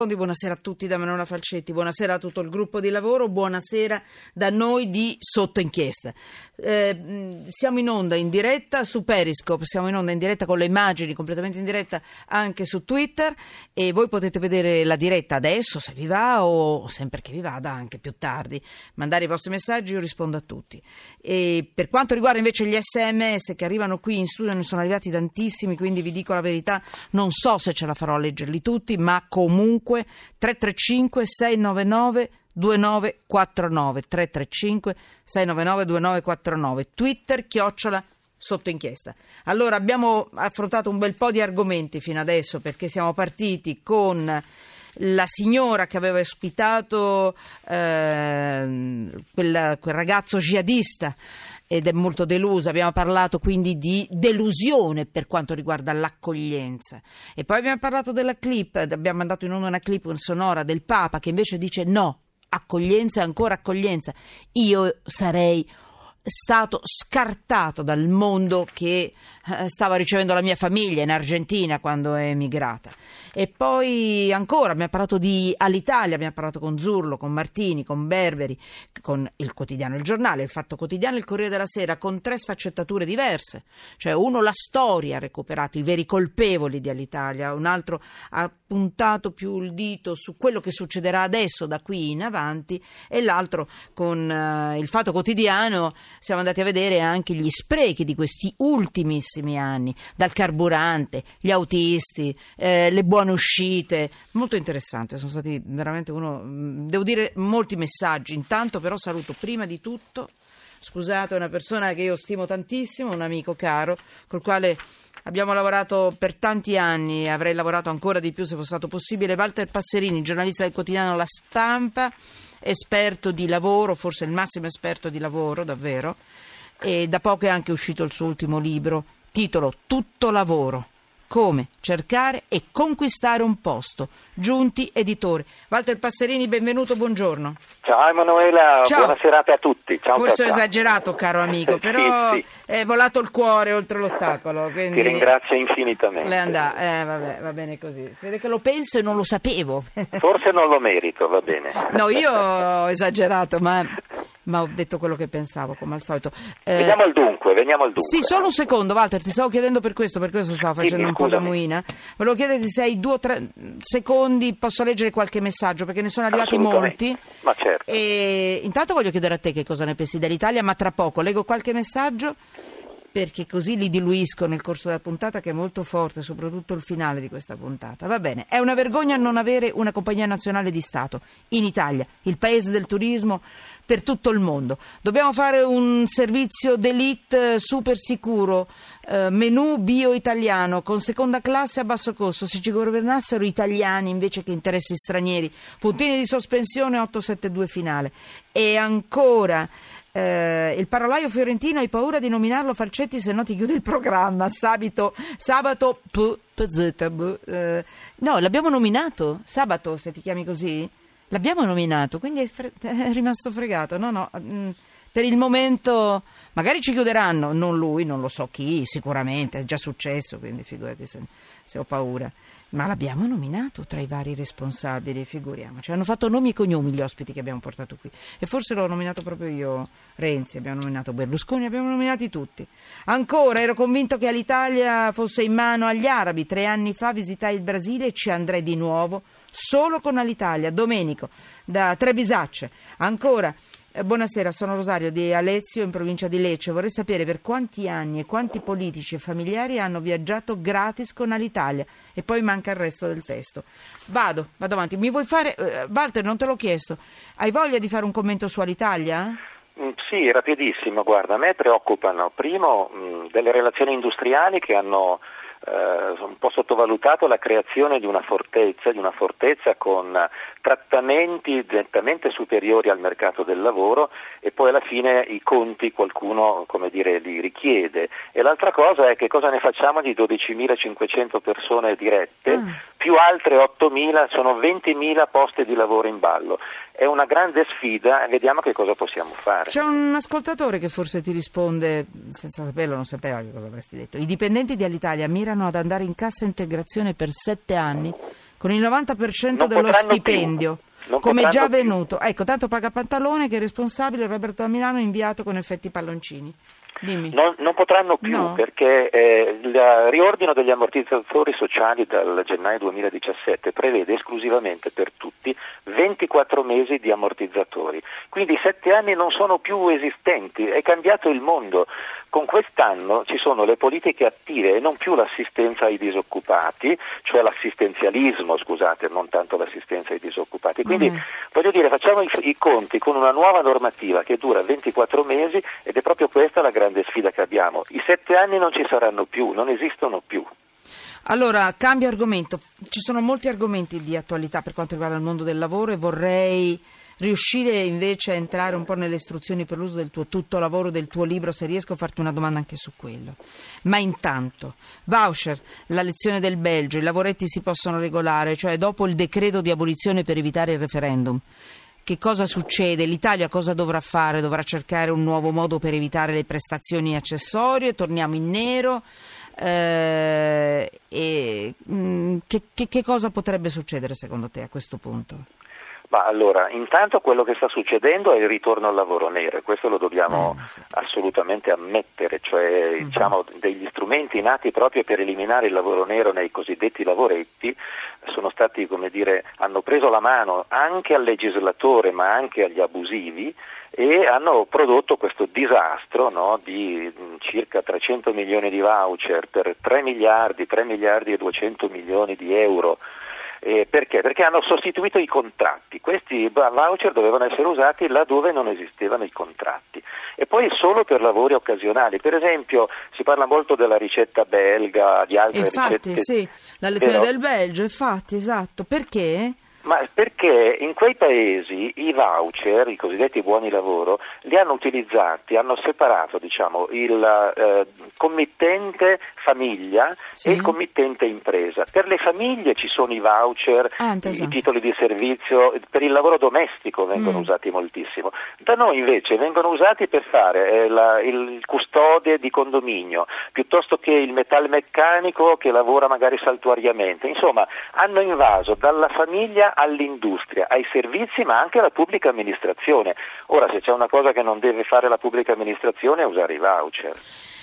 Buonasera a tutti da Manuela Falcetti, buonasera a tutto il gruppo di lavoro, buonasera da noi di Sotto Inchiesta. Siamo in onda in diretta su Periscope, siamo in onda in diretta con le immagini, completamente in diretta anche su Twitter, e voi potete vedere la diretta adesso se vi va, o sempre che vi vada anche più tardi. Mandare i vostri messaggi, io rispondo a tutti. E per quanto riguarda invece gli SMS che arrivano qui in studio, ne sono arrivati tantissimi, quindi vi dico la verità, non so se ce la farò a leggerli tutti, ma comunque 335 699 2949 335 699 2949, Twitter @Sotto Inchiesta. Allora, abbiamo affrontato un bel po' di argomenti fino adesso, perché siamo partiti con la signora che aveva ospitato quel ragazzo jihadista ed è molto delusa. Abbiamo parlato quindi di delusione per quanto riguarda l'accoglienza, e poi abbiamo parlato della clip, abbiamo mandato in onda una clip sonora del Papa che invece dice no, accoglienza e ancora accoglienza. Io sarei stato scartato dal mondo che stava ricevendo la mia famiglia in Argentina quando è emigrata. E poi ancora abbiamo parlato di Alitalia, abbiamo parlato con Zurlo, con Martini, con Berberi, con il quotidiano Il Giornale, il Fatto Quotidiano, il Corriere della Sera, con 3 sfaccettature diverse. Cioè, uno la storia ha recuperato, i veri colpevoli di Alitalia, un altro ha puntato più il dito su quello che succederà adesso da qui in avanti, e l'altro con il Fatto Quotidiano siamo andati a vedere anche gli sprechi di questi ultimissimi anni, dal carburante, gli autisti, le buone uscite. Molto interessante, sono stati veramente devo dire, molti messaggi. Intanto però saluto prima di tutto, scusate, una persona che io stimo tantissimo, un amico caro col quale abbiamo lavorato per tanti anni, avrei lavorato ancora di più se fosse stato possibile, Walter Passerini, giornalista del quotidiano La Stampa, esperto di lavoro, forse il massimo esperto di lavoro davvero, e da poco è anche uscito il suo ultimo libro, titolo Tutto lavoro, come cercare e conquistare un posto, Giunti editore. Walter Passerini, benvenuto, buongiorno. Ciao Emanuela, ciao. Buona serata a tutti. Ciao, forse ciao. Ho esagerato, caro amico, però sì. È volato il cuore oltre l'ostacolo, quindi ti ringrazio infinitamente. Vabbè, va bene così, si vede che lo penso e non lo sapevo. Forse non lo merito, va bene. No, io ho esagerato, ma ho detto quello che pensavo, come al solito. Veniamo al dunque. Sì, solo un secondo, Walter, ti stavo chiedendo per questo stavo facendo un po' da muina. Volevo chiederti se hai 2 o 3 secondi, posso leggere qualche messaggio, perché ne sono arrivati molti. Ma certo. E intanto voglio chiedere a te che cosa ne pensi dell'Italia, ma tra poco leggo qualche messaggio, perché così li diluisco nel corso della puntata, che è molto forte, soprattutto il finale di questa puntata. Va bene, è una vergogna non avere una compagnia nazionale di Stato in Italia, il paese del turismo per tutto il mondo. Dobbiamo fare un servizio d'élite super sicuro, menù bio italiano con seconda classe a basso costo, se ci governassero italiani invece che interessi stranieri. Puntini di sospensione, 872 finale. E ancora il parolaio fiorentino, hai paura di nominarlo Falcetti, se no ti chiude il programma. Sabato no, l'abbiamo nominato Sabato, se ti chiami così, l'abbiamo nominato, quindi è rimasto fregato. No, per il momento magari ci chiuderanno, non lui, non lo so chi, sicuramente è già successo, quindi figurati se ho paura. Ma l'abbiamo nominato tra i vari responsabili, figuriamoci. Hanno fatto nomi e cognomi gli ospiti che abbiamo portato qui. E forse l'ho nominato proprio io, Renzi, abbiamo nominato Berlusconi, abbiamo nominati tutti. Ancora, ero convinto che l'Italia fosse in mano agli arabi. 3 anni fa visitai il Brasile e ci andrei di nuovo solo con Alitalia. Domenico, da Trebisacce. Ancora, buonasera, sono Rosario di Alezio, in provincia di Lecce. Vorrei sapere per quanti anni e quanti politici e familiari hanno viaggiato gratis con Alitalia. E poi manca il resto del testo. Vado avanti. Mi vuoi fare, Walter, non te l'ho chiesto, hai voglia di fare un commento su Alitalia? Sì, rapidissimo. Guarda, a me preoccupano, primo, delle relazioni industriali che hanno un po' sottovalutato la creazione di una fortezza con trattamenti nettamente superiori al mercato del lavoro, e poi alla fine i conti qualcuno, li richiede. E l'altra cosa è che cosa ne facciamo di 12.500 persone dirette, più altre 8.000, sono 20.000 posti di lavoro in ballo. È una grande sfida e vediamo che cosa possiamo fare. C'è un ascoltatore che forse ti risponde, senza saperlo, non sapeva che cosa avresti detto. I dipendenti di Alitalia mirano ad andare in cassa integrazione per 7 anni con il 90% dello stipendio. Come già avvenuto. Ecco, tanto paga Pantalone, che è responsabile, Roberto da Milano, inviato con effetti palloncini. Dimmi. Non potranno più, no. Perché il riordino degli ammortizzatori sociali dal gennaio 2017 prevede esclusivamente per tutti 24 mesi di ammortizzatori, quindi 7 anni non sono più esistenti, è cambiato il mondo. Con quest'anno ci sono le politiche attive e non più l'assistenza ai disoccupati, cioè l'assistenzialismo, scusate, non tanto l'assistenza ai disoccupati. Quindi voglio dire, facciamo i conti con una nuova normativa che dura 24 mesi ed è proprio questa la grande sfida che abbiamo. I 7 anni non ci saranno più, non esistono più. Allora, cambio argomento. Ci sono molti argomenti di attualità per quanto riguarda il mondo del lavoro e vorrei riuscire invece a entrare un po' nelle istruzioni per l'uso del tuo tutto lavoro, del tuo libro, se riesco a farti una domanda anche su quello. Ma intanto, voucher, la lezione del Belgio, i lavoretti si possono regolare, cioè dopo il decreto di abolizione per evitare il referendum. Che cosa succede? L'Italia cosa dovrà fare? Dovrà cercare un nuovo modo per evitare le prestazioni accessorie? Torniamo in nero? Che cosa potrebbe succedere secondo te a questo punto? Ma allora, intanto quello che sta succedendo è il ritorno al lavoro nero e questo lo dobbiamo assolutamente ammettere, cioè diciamo degli strumenti nati proprio per eliminare il lavoro nero nei cosiddetti lavoretti sono stati, come dire, hanno preso la mano anche al legislatore ma anche agli abusivi e hanno prodotto questo disastro, no, di circa 300 milioni di voucher per 3 miliardi e 200 milioni di euro. Perché? Perché hanno sostituito i contratti. Questi voucher dovevano essere usati laddove non esistevano i contratti e poi solo per lavori occasionali. Per esempio si parla molto della ricetta belga, di altre ricette. Sì, la lezione del Belgio, infatti, esatto. Perché? Ma perché in quei paesi i voucher, i cosiddetti buoni lavoro, li hanno utilizzati, hanno separato, diciamo, il committente famiglia e il committente impresa. Per le famiglie ci sono i voucher, i titoli di servizio, per il lavoro domestico vengono usati moltissimo. Da noi invece vengono usati per fare il custode di condominio, piuttosto che il metalmeccanico che lavora magari saltuariamente. Insomma, hanno invaso dalla famiglia all'industria, ai servizi ma anche alla pubblica amministrazione. Ora, se c'è una cosa che non deve fare la pubblica amministrazione è usare i voucher.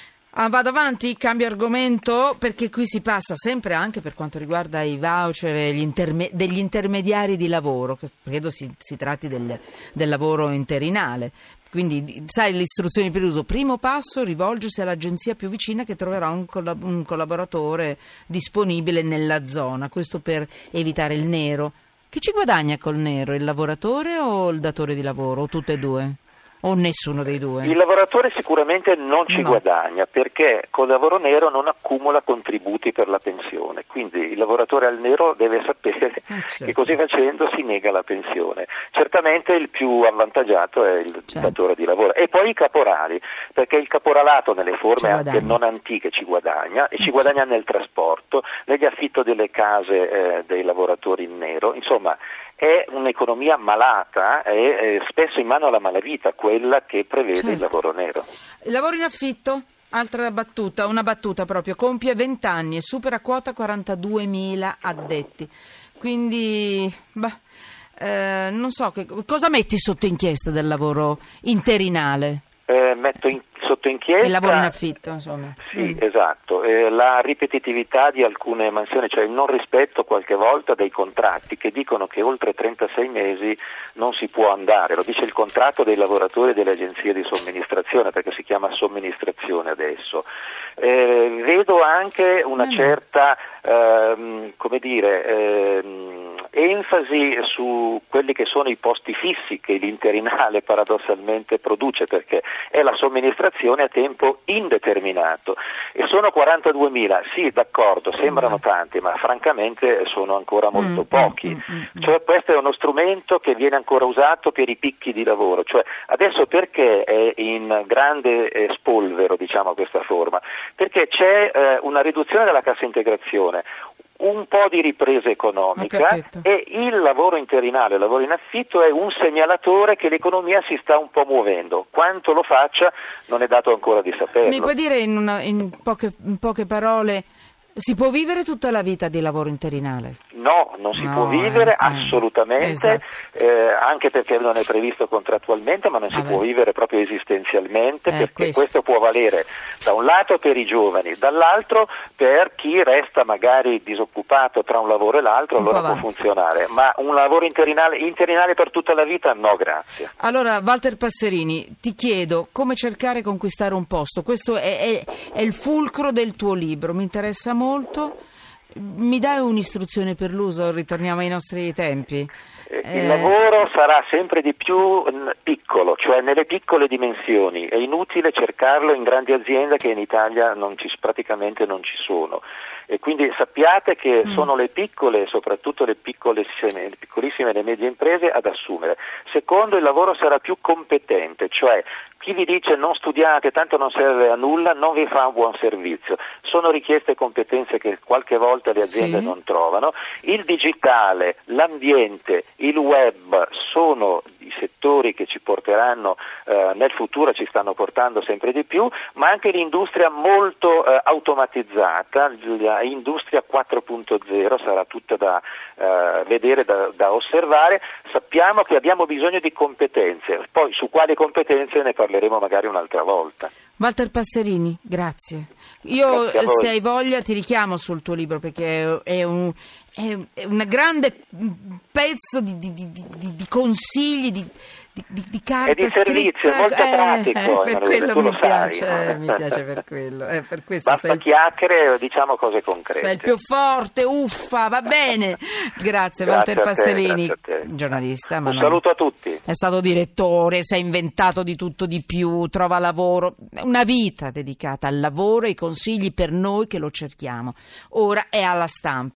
Vado avanti, cambio argomento, perché qui si passa sempre anche per quanto riguarda i voucher e degli intermediari di lavoro, che credo si tratti del lavoro interinale. Quindi, sai, le istruzioni per l'uso. Primo passo, rivolgersi all'agenzia più vicina che troverà un collaboratore disponibile nella zona, questo per evitare il nero. Chi ci guadagna col nero? Il lavoratore o il datore di lavoro? O tutte e due? O nessuno dei due? Il lavoratore sicuramente non ci guadagna perché col lavoro nero non accumula contributi per la pensione, quindi il lavoratore al nero deve sapere che così facendo si nega la pensione. Certamente il più avvantaggiato è il datore di lavoro e poi i caporali, perché il caporalato nelle forme anche non antiche ci guadagna e ci guadagna nel trasporto, negli affitto delle case dei lavoratori in nero, insomma è un'economia malata e spesso in mano alla malavita, quella che prevede il lavoro nero. Il lavoro in affitto, altra battuta, una battuta proprio, compie 20 anni e supera quota 42.000 addetti. Quindi, non so, cosa metti sotto inchiesta del lavoro interinale? Metto sotto inchiesta il lavoro in affitto, insomma. Sì, esatto, la ripetitività di alcune mansioni, cioè il non rispetto qualche volta dei contratti che dicono che oltre 36 mesi non si può andare, lo dice il contratto dei lavoratori delle agenzie di somministrazione, perché si chiama somministrazione adesso. Vedo anche una certa enfasi su quelli che sono i posti fissi che l'interinale paradossalmente produce, perché è la somministrazione a tempo indeterminato e sono 42.000, sì, d'accordo, sembrano tanti, ma francamente sono ancora molto pochi. Cioè questo è uno strumento che viene ancora usato per i picchi di lavoro, cioè adesso perché è in grande spolvero, diciamo, questa forma? Perché c'è una riduzione della cassa integrazione, un po' di ripresa economica e il lavoro interinale, il lavoro in affitto è un segnalatore che l'economia si sta un po' muovendo. Quanto lo faccia non è dato ancora di saperlo. Mi puoi dire in poche parole Si può vivere tutta la vita di lavoro interinale? No, non si può vivere assolutamente, esatto. Anche perché non è previsto contrattualmente, ma non si può vivere proprio esistenzialmente, perché questo può valere da un lato per i giovani, dall'altro per chi resta magari disoccupato tra un lavoro e l'altro, allora può funzionare, ma un lavoro interinale per tutta la vita no, grazie. Allora, Walter Passerini, ti chiedo come cercare e conquistare un posto. Questo è il fulcro del tuo libro, mi interessa molto. Mi dai un'istruzione per l'uso? Ritorniamo ai nostri tempi. Il lavoro sarà sempre di più piccolo, cioè nelle piccole dimensioni. È inutile cercarlo in grandi aziende che in Italia praticamente non ci sono. E quindi sappiate che sono le piccole, soprattutto le piccolissime e le medie imprese ad assumere. Secondo, il lavoro sarà più competente, cioè chi vi dice non studiate, tanto non serve a nulla, non vi fa un buon servizio. Sono richieste competenze che qualche volta le aziende non trovano. Il digitale, l'ambiente, il web sono i settori che ci porteranno nel futuro, ci stanno portando sempre di più, ma anche l'industria molto automatizzata, l'industria 4.0 sarà tutta da vedere, da osservare. Sappiamo che abbiamo bisogno di competenze, poi su quali competenze ne parleremo magari un'altra volta. Walter Passerini, grazie. Io, se hai voglia, ti richiamo sul tuo libro, perché è un grande pezzo di consigli, di carte. È di servizio, è molto pratico. Per quello mi piace per quello. Per questo basta chiacchiere, diciamo cose concrete. Sei il più forte, uffa, va bene. Grazie Walter Passerini, giornalista. Un saluto a tutti. È stato direttore, si è inventato di tutto di più, trova lavoro. Una vita dedicata al lavoro e ai consigli per noi che lo cerchiamo. Ora è alla Stampa.